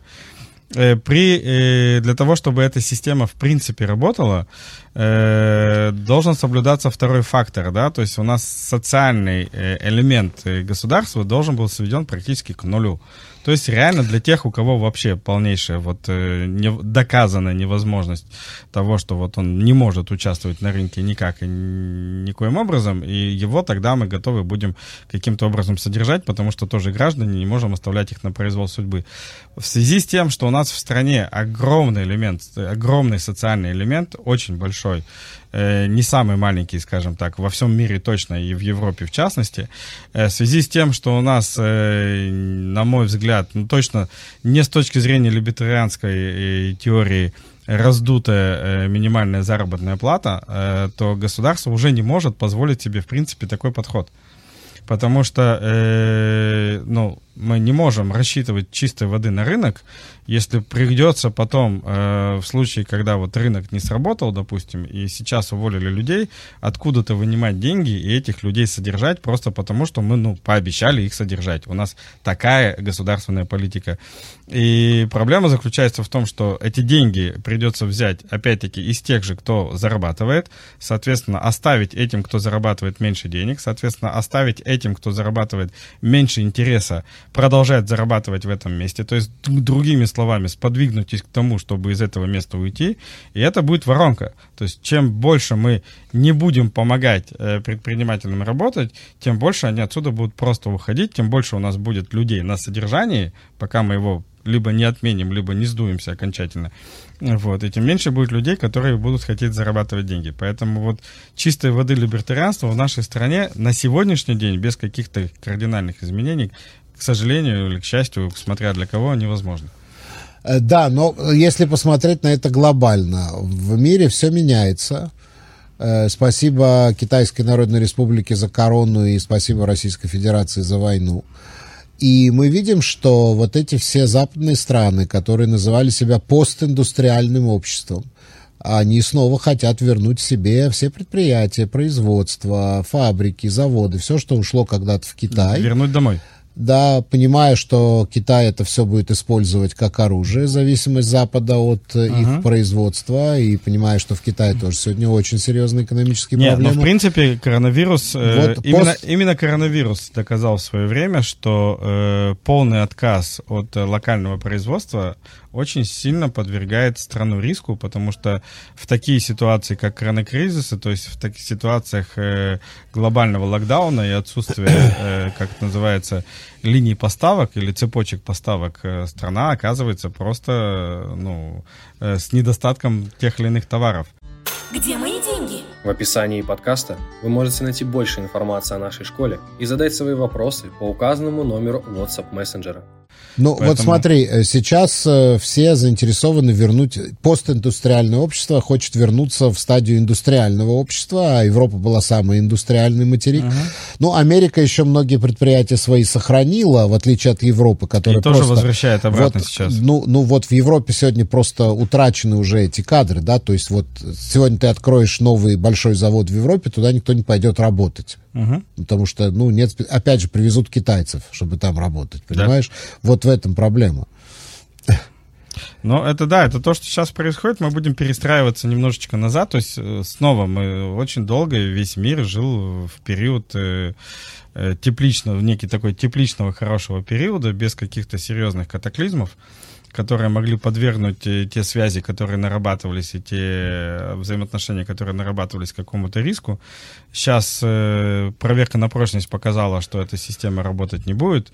Speaker 4: При, для того, чтобы эта система в принципе работала, должен соблюдаться второй фактор, да, то есть у нас социальный элемент государства должен был сведен практически к нулю. То есть реально для тех, у кого вообще полнейшая вот не, доказанная невозможность того, что вот он не может участвовать на рынке никак и никоим образом, и его тогда мы готовы будем каким-то образом содержать, потому что тоже граждане, не можем оставлять их на произвол судьбы. В связи с тем, что у нас в стране огромный элемент, огромный социальный элемент, очень большой, не самый маленький, скажем так, во всем мире точно и в Европе в частности, в связи с тем, что у нас, на мой взгляд, ну, точно не с точки зрения либертарианской теории раздутая минимальная заработная плата, то государство уже не может позволить себе, в принципе, такой подход. Потому что э, ну, мы не можем рассчитывать чистой воды на рынок, если придется потом, э, в случае, когда вот рынок не сработал, допустим, и сейчас уволили людей, откуда-то вынимать деньги и этих людей содержать просто потому, что мы ну, пообещали их содержать. У нас такая государственная политика. И проблема заключается в том, что эти деньги придется взять, опять-таки, из тех же, кто зарабатывает, соответственно, оставить этим, кто зарабатывает меньше денег, соответственно, оставить этим, кто зарабатывает меньше интереса, продолжать зарабатывать в этом месте. То есть, другими словами, сподвигнуть к тому, чтобы из этого места уйти, и это будет воронка. То есть, чем больше мы не будем помогать предпринимателям работать, тем больше они отсюда будут просто уходить, тем больше у нас будет людей на содержании, пока мы его либо не отменим, либо не сдуемся окончательно. Вот. И тем меньше будет людей, которые будут хотеть зарабатывать деньги. Поэтому вот чистой воды либертарианства в нашей стране на сегодняшний день без каких-то кардинальных изменений, к сожалению или к счастью, смотря для кого, невозможно.
Speaker 3: Да, но если посмотреть на это глобально, в мире все меняется. Спасибо Китайской Народной Республике за корону и спасибо Российской Федерации за войну. И мы видим, что вот эти все западные страны, которые называли себя постиндустриальным обществом, они снова хотят вернуть себе все предприятия, производства, фабрики, заводы, все, что ушло когда-то в Китай.
Speaker 4: Вернуть домой.
Speaker 3: Да, понимая, что Китай это все будет использовать как оружие, зависимость Запада от uh-huh. их производства, и понимая, что в Китае тоже сегодня очень серьезные экономические
Speaker 4: Нет,
Speaker 3: проблемы.
Speaker 4: Но в принципе коронавирус,
Speaker 3: вот
Speaker 4: э,
Speaker 3: пост...
Speaker 4: именно, именно коронавирус доказал в свое время, что э, полный отказ от э, локального производства очень сильно подвергает страну риску, потому что в такие ситуации, как коронакризисы, то есть в таких ситуациях э, глобального локдауна и отсутствия, э, как это называется, линий поставок или цепочек поставок, э, страна оказывается просто э, ну, э, с недостатком тех или иных товаров.
Speaker 1: Где мои деньги?
Speaker 5: В описании подкаста вы можете найти больше информации о нашей школе и задать свои вопросы по указанному номеру WhatsApp мессенджера.
Speaker 3: Ну,
Speaker 4: Поэтому...
Speaker 3: вот смотри, сейчас э, все заинтересованы вернуть... Постиндустриальное общество хочет вернуться в стадию индустриального общества, а Европа была самый индустриальный материк. Uh-huh. Ну, Америка еще многие предприятия свои сохранила, в отличие от Европы, которая
Speaker 4: и тоже
Speaker 3: просто...
Speaker 4: возвращает обратно
Speaker 3: вот,
Speaker 4: сейчас.
Speaker 3: Ну, ну, вот в Европе сегодня просто утрачены уже эти кадры, да, то есть вот сегодня ты откроешь новый большой завод в Европе, туда никто не пойдет работать.
Speaker 4: Угу.
Speaker 3: Потому что, ну, нет, опять же, привезут китайцев, чтобы там работать, понимаешь? Да. Вот в этом проблема.
Speaker 4: Ну, это да, это то, что сейчас происходит. Мы будем перестраиваться немножечко назад. То есть снова мы очень долго, весь мир жил в период э, тепличного, некий такой тепличного хорошего периода, без каких-то серьезных катаклизмов, которые могли подвергнуть те связи, которые нарабатывались, и те взаимоотношения, которые нарабатывались, какому-то риску. Сейчас э, проверка на прочность показала, что эта система работать не будет.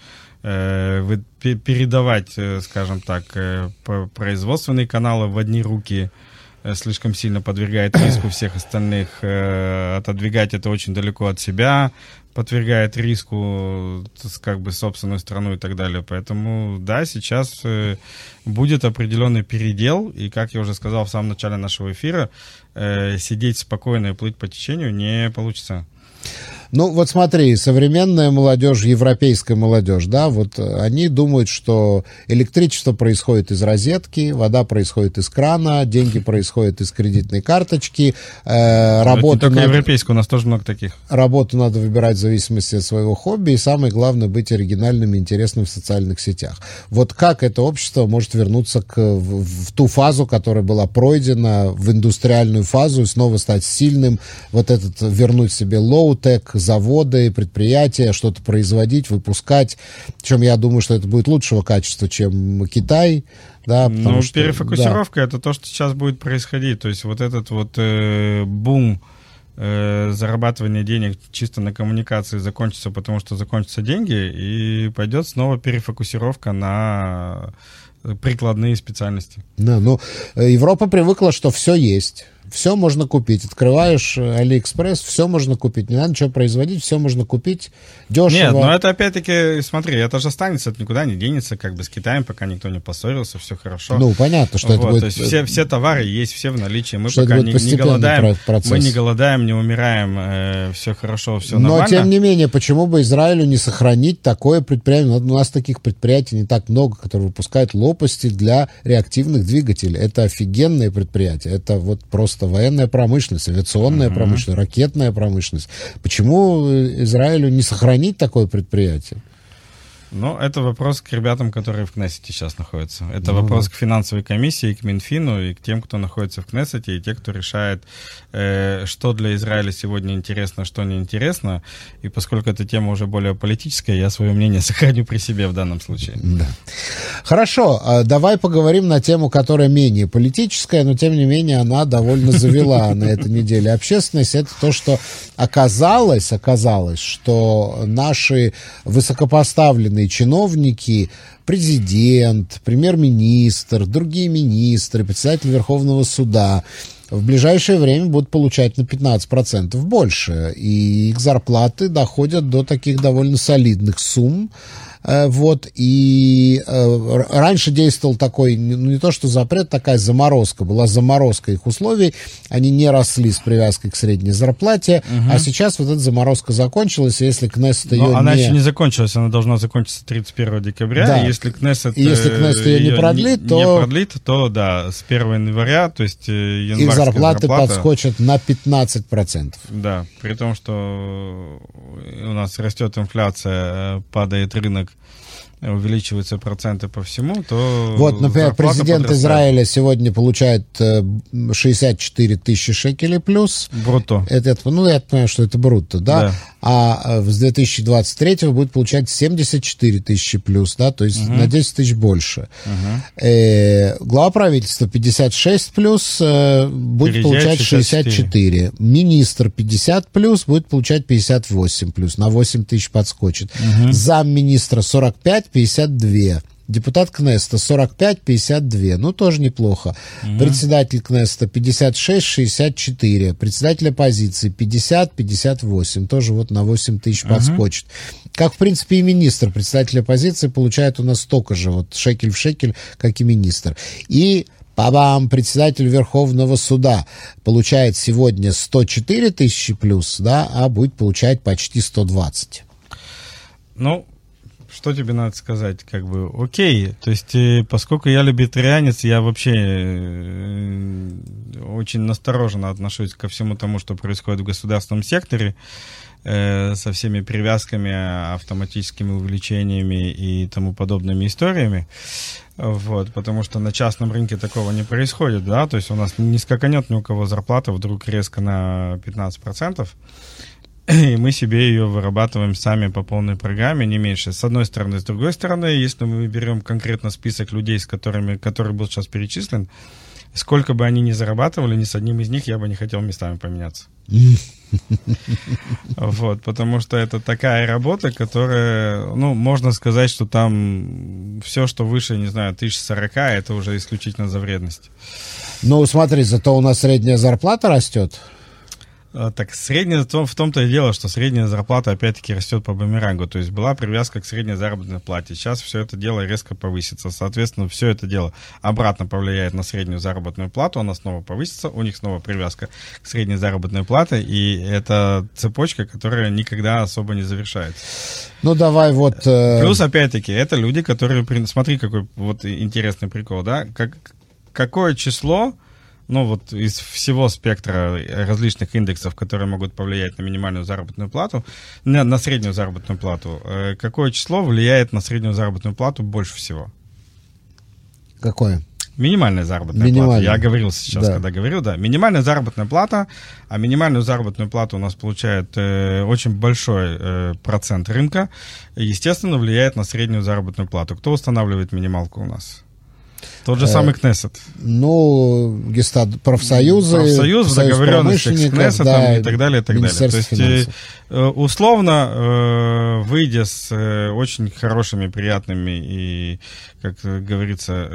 Speaker 4: Э, вы, передавать, э, скажем так, э, производственные каналы в одни руки э, слишком сильно подвергает риску всех остальных. Э, отодвигать это очень далеко от себя подвергает риску как бы собственную страну и так далее. Поэтому, да, сейчас э, будет определенный передел, и, как я уже сказал в самом начале нашего эфира, э, сидеть спокойно и плыть по течению не получится.
Speaker 3: Ну, вот смотри, современная молодежь, европейская молодежь, да, вот они думают, что электричество происходит из розетки, вода происходит из крана, деньги происходят из кредитной карточки, э, работу...
Speaker 4: Не только
Speaker 3: надо,
Speaker 4: европейскую, у нас тоже много таких.
Speaker 3: Работу надо выбирать в зависимости от своего хобби, и самое главное, быть оригинальным и интересным в социальных сетях. Вот как это общество может вернуться к, в, в ту фазу, которая была пройдена, в индустриальную фазу, и снова стать сильным, вот этот, вернуть себе лоу-тек, заводы, предприятия, что-то производить, выпускать. Причем я думаю, что это будет лучшего качества, чем Китай. Да,
Speaker 4: ну,
Speaker 3: что,
Speaker 4: перефокусировка
Speaker 3: да.
Speaker 4: это то, что сейчас будет происходить. То есть вот этот вот э, бум э, зарабатывания денег чисто на коммуникации закончится, потому что закончатся деньги, и пойдет снова перефокусировка на прикладные специальности.
Speaker 3: Да, ну, Европа привыкла, что все есть. Все можно купить. Открываешь Алиэкспресс, все можно купить. Не надо ничего производить, все можно купить дешево.
Speaker 4: Нет, но это опять-таки, смотри, это же останется, это никуда не денется, как бы с Китаем, пока никто не поссорился, все хорошо.
Speaker 3: Ну, понятно, что
Speaker 4: вот,
Speaker 3: это будет...
Speaker 4: То есть все, все товары есть, все в наличии. Мы
Speaker 3: что
Speaker 4: пока не, не голодаем,
Speaker 3: процесс.
Speaker 4: мы не голодаем, не умираем, э, все хорошо, все
Speaker 3: но,
Speaker 4: нормально.
Speaker 3: Но, тем не менее, почему бы Израилю не сохранить такое предприятие? У нас таких предприятий не так много, которые выпускают лопасти для реактивных двигателей. Это офигенные предприятия. Это вот просто военная промышленность, авиационная mm-hmm. промышленность, ракетная промышленность. Почему Израилю не сохранить такое предприятие?
Speaker 4: Ну, это вопрос к ребятам, которые в Кнессете сейчас находятся. Это
Speaker 3: ну,
Speaker 4: вопрос
Speaker 3: да.
Speaker 4: к финансовой комиссии, к Минфину, и к тем, кто находится в Кнессете, и те, кто решает, э, что для Израиля сегодня интересно, что неинтересно. И поскольку эта тема уже более политическая, я свое мнение сохраню при себе в данном случае.
Speaker 3: Да. Хорошо, давай поговорим на тему, которая менее политическая, но тем не менее она довольно завела на этой неделе общественность. Это то, что оказалось, оказалось, что наши высокопоставленные чиновники, президент, премьер-министр, другие министры, председатель Верховного суда в ближайшее время будут получать на пятнадцать процентов больше. И их зарплаты доходят до таких довольно солидных сумм. Вот, и раньше действовал такой, ну, не то что запрет, такая заморозка, была заморозка их условий, они не росли с привязкой к средней зарплате, угу. а сейчас вот эта заморозка закончилась, и если Кнессет ее не...
Speaker 4: она еще не закончилась, она должна закончиться тридцать первого декабря,
Speaker 3: да.
Speaker 4: и если Кнессет,
Speaker 3: и если Кнессет ее, ее не продлит,
Speaker 4: не,
Speaker 3: то...
Speaker 4: не продлит, то, да, с первого января, то есть январская
Speaker 3: их зарплаты
Speaker 4: зарплата,
Speaker 3: подскочат на пятнадцать процентов.
Speaker 4: Да, при том, что у нас растет инфляция, падает рынок, увеличиваются проценты по всему, то...
Speaker 3: Вот, например, президент
Speaker 4: подрастает.
Speaker 3: Израиля сегодня получает шестьдесят четыре тысячи шекелей плюс.
Speaker 4: Брутто.
Speaker 3: Это, это, ну, я понимаю, что это брутто, да? да. А с две тысячи двадцать третьего будет получать семьдесят четыре тысячи плюс, да, то есть угу. на десять тысяч больше. Угу. Э, глава правительства пятьдесят шесть плюс э, будет Перейдя получать шестьдесят четыре. Министр пятьдесят плюс будет получать пятьдесят восемь плюс, на восемь тысяч подскочит. Угу. Замминистра сорок пять, пятьдесят два. Депутат Кнессета сорок пять, пятьдесят два. Ну, тоже неплохо. Угу. Председатель Кнессета пятьдесят шесть, шестьдесят четыре. Председатель оппозиции пятьдесят, пятьдесят восемь. Тоже вот на восемь тысяч угу. подскочит. Как, в принципе, и министр. Председатель оппозиции получает у нас столько же, вот шекель в шекель, как и министр. И Па-бам! Председатель Верховного суда получает сегодня сто четыре тысячи плюс, да, а будет получать почти сто двадцать.
Speaker 4: Ну, что тебе надо сказать, как бы, окей, то есть, э, поскольку я либертарианец, я вообще э, очень настороженно отношусь ко всему тому, что происходит в государственном секторе, э, со всеми привязками, автоматическими увеличениями и тому подобными историями, вот, потому что на частном рынке такого не происходит, да, то есть у нас не скаканет ни у кого зарплата вдруг резко на пятнадцать процентов, и мы себе ее вырабатываем сами по полной программе, не меньше. С одной стороны. С другой стороны, если мы берем конкретно список людей, с которыми, который был сейчас перечислен, сколько бы они ни зарабатывали, ни с одним из них я бы не хотел местами поменяться. Вот, потому что это такая работа, которая, ну, можно сказать, что там все, что выше, не знаю, тысяча сорока, это уже исключительно за вредность.
Speaker 3: Ну, смотри, зато у нас средняя зарплата растет.
Speaker 4: Так, средняя, в том-то и дело, что средняя зарплата опять-таки растет по бумерангу. То есть была привязка к средней заработной плате. Сейчас все это дело резко повысится. Соответственно, все это дело обратно повлияет на среднюю заработную плату. Она снова повысится, у них снова привязка к средней заработной плате. И это цепочка, которая никогда особо не завершается.
Speaker 3: Ну, давай вот... Э...
Speaker 4: Плюс, опять-таки, это люди, которые... Смотри, какой вот интересный прикол, да? Как, какое число... Ну, вот из всего спектра различных индексов, которые могут повлиять на минимальную заработную плату, на, на среднюю заработную плату, какое число влияет на среднюю заработную плату больше всего?
Speaker 3: Какое?
Speaker 4: Минимальная заработная
Speaker 3: Минимальная.
Speaker 4: плата. Я говорил сейчас, да. когда говорил, да. Минимальная заработная плата, а минимальную заработную плату у нас получает э, очень большой э, процент рынка, естественно, влияет на среднюю заработную плату. Кто устанавливает минималку у нас? Тот же самый Кнессет.
Speaker 3: Ну, гестад, профсоюзы,
Speaker 4: профсоюзы, договоренности с Кнессетом, да, и так далее, и так далее. То есть, финансов. условно, выйдя с очень хорошими, приятными и, как говорится,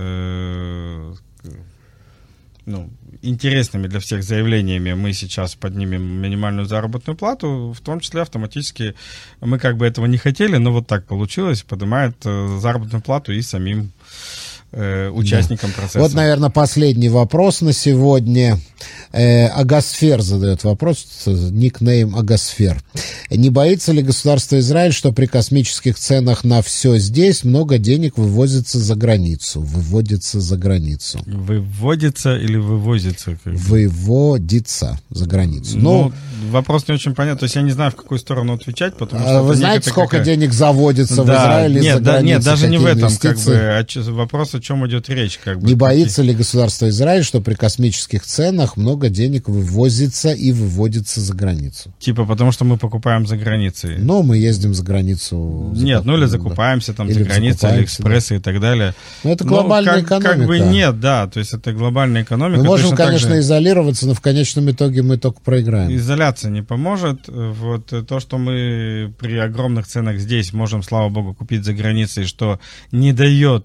Speaker 4: ну, интересными для всех заявлениями, мы сейчас поднимем минимальную заработную плату, в том числе автоматически, мы как бы этого не хотели, но вот так получилось, поднимает заработную плату и самим участникам да. процесса.
Speaker 3: Вот, наверное, последний вопрос на сегодня. Э, Агасфер задает вопрос, никнейм Агасфер. Не боится ли государство Израиль, что при космических ценах на все здесь много денег вывозится за границу? Выводится за границу.
Speaker 4: Выводится или вывозится?
Speaker 3: Выводится за границу.
Speaker 4: Ну, ну, вопрос не очень понятен. То есть я не знаю, в какую сторону отвечать, потому что...
Speaker 3: А вы знаете, сколько
Speaker 4: какая...
Speaker 3: денег заводится да, в Израиле
Speaker 4: нет,
Speaker 3: за
Speaker 4: да,
Speaker 3: границей?
Speaker 4: Нет, даже не в этом. Как
Speaker 3: инвестиции?
Speaker 4: бы, вопрос, о чем идет речь. Как бы,
Speaker 3: не боится ли государство Израиль, что при космических ценах много денег вывозится и выводится за границу?
Speaker 4: Типа потому, что мы покупаем за границей.
Speaker 3: Ну, мы ездим за границу.
Speaker 4: За нет, ну или закупаемся там или за границей, Алиэкспрессы да. и так далее.
Speaker 3: Ну, это глобальная
Speaker 4: как,
Speaker 3: экономика.
Speaker 4: Как бы нет, да, то есть это глобальная экономика.
Speaker 3: Мы можем,
Speaker 4: Точно
Speaker 3: конечно,
Speaker 4: же...
Speaker 3: изолироваться, но в конечном итоге мы только проиграем.
Speaker 4: Изоляция не поможет. Вот то, что мы при огромных ценах здесь можем, слава богу, купить за границей, что не дает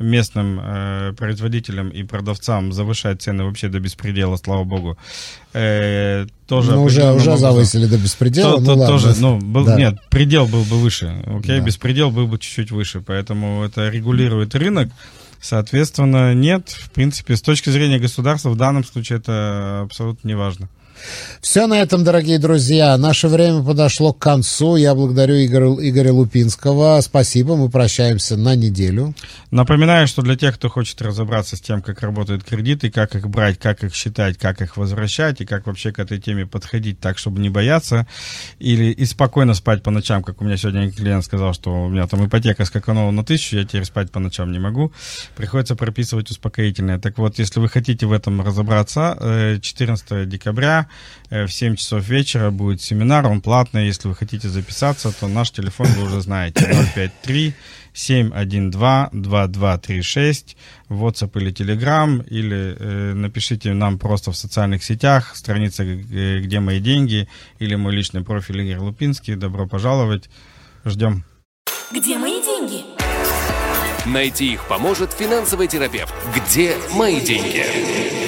Speaker 4: местным э, производителям и продавцам завышать цены вообще до беспредела, слава богу. Э, тоже
Speaker 3: ну, уже, уже завысили до беспредела,
Speaker 4: то,
Speaker 3: ну
Speaker 4: то,
Speaker 3: ладно.
Speaker 4: Тоже, ну, был,
Speaker 3: да.
Speaker 4: Нет, предел был бы выше, окей,
Speaker 3: да.
Speaker 4: беспредел был бы чуть-чуть выше, поэтому это регулирует рынок. Соответственно, нет, в принципе, с точки зрения государства в данном случае это абсолютно не важно.
Speaker 3: Все на этом, дорогие друзья. Наше время подошло к концу. Я благодарю Игоря, Игоря Лупинского. Спасибо, мы прощаемся на неделю.
Speaker 4: Напоминаю, что для тех, кто хочет разобраться с тем, как работают кредиты, как их брать, как их считать, как их возвращать и как вообще к этой теме подходить так, чтобы не бояться или и спокойно спать по ночам, как у меня сегодня клиент сказал, что у меня там ипотека скаканула на тысячу, я теперь спать по ночам не могу. Приходится прописывать успокоительное. Так вот, если вы хотите в этом разобраться, четырнадцатого декабря в семь часов вечера будет семинар, он платный. Если вы хотите записаться, то наш телефон вы уже знаете: ноль пять три семь один два два два три шесть, WhatsApp или Telegram, или э, напишите нам просто в социальных сетях, страница «Где мои деньги» или мой личный профиль Игорь Лупинский. Добро пожаловать, ждем.
Speaker 1: Где мои деньги?
Speaker 2: Найти их поможет финансовый терапевт. Где мои деньги?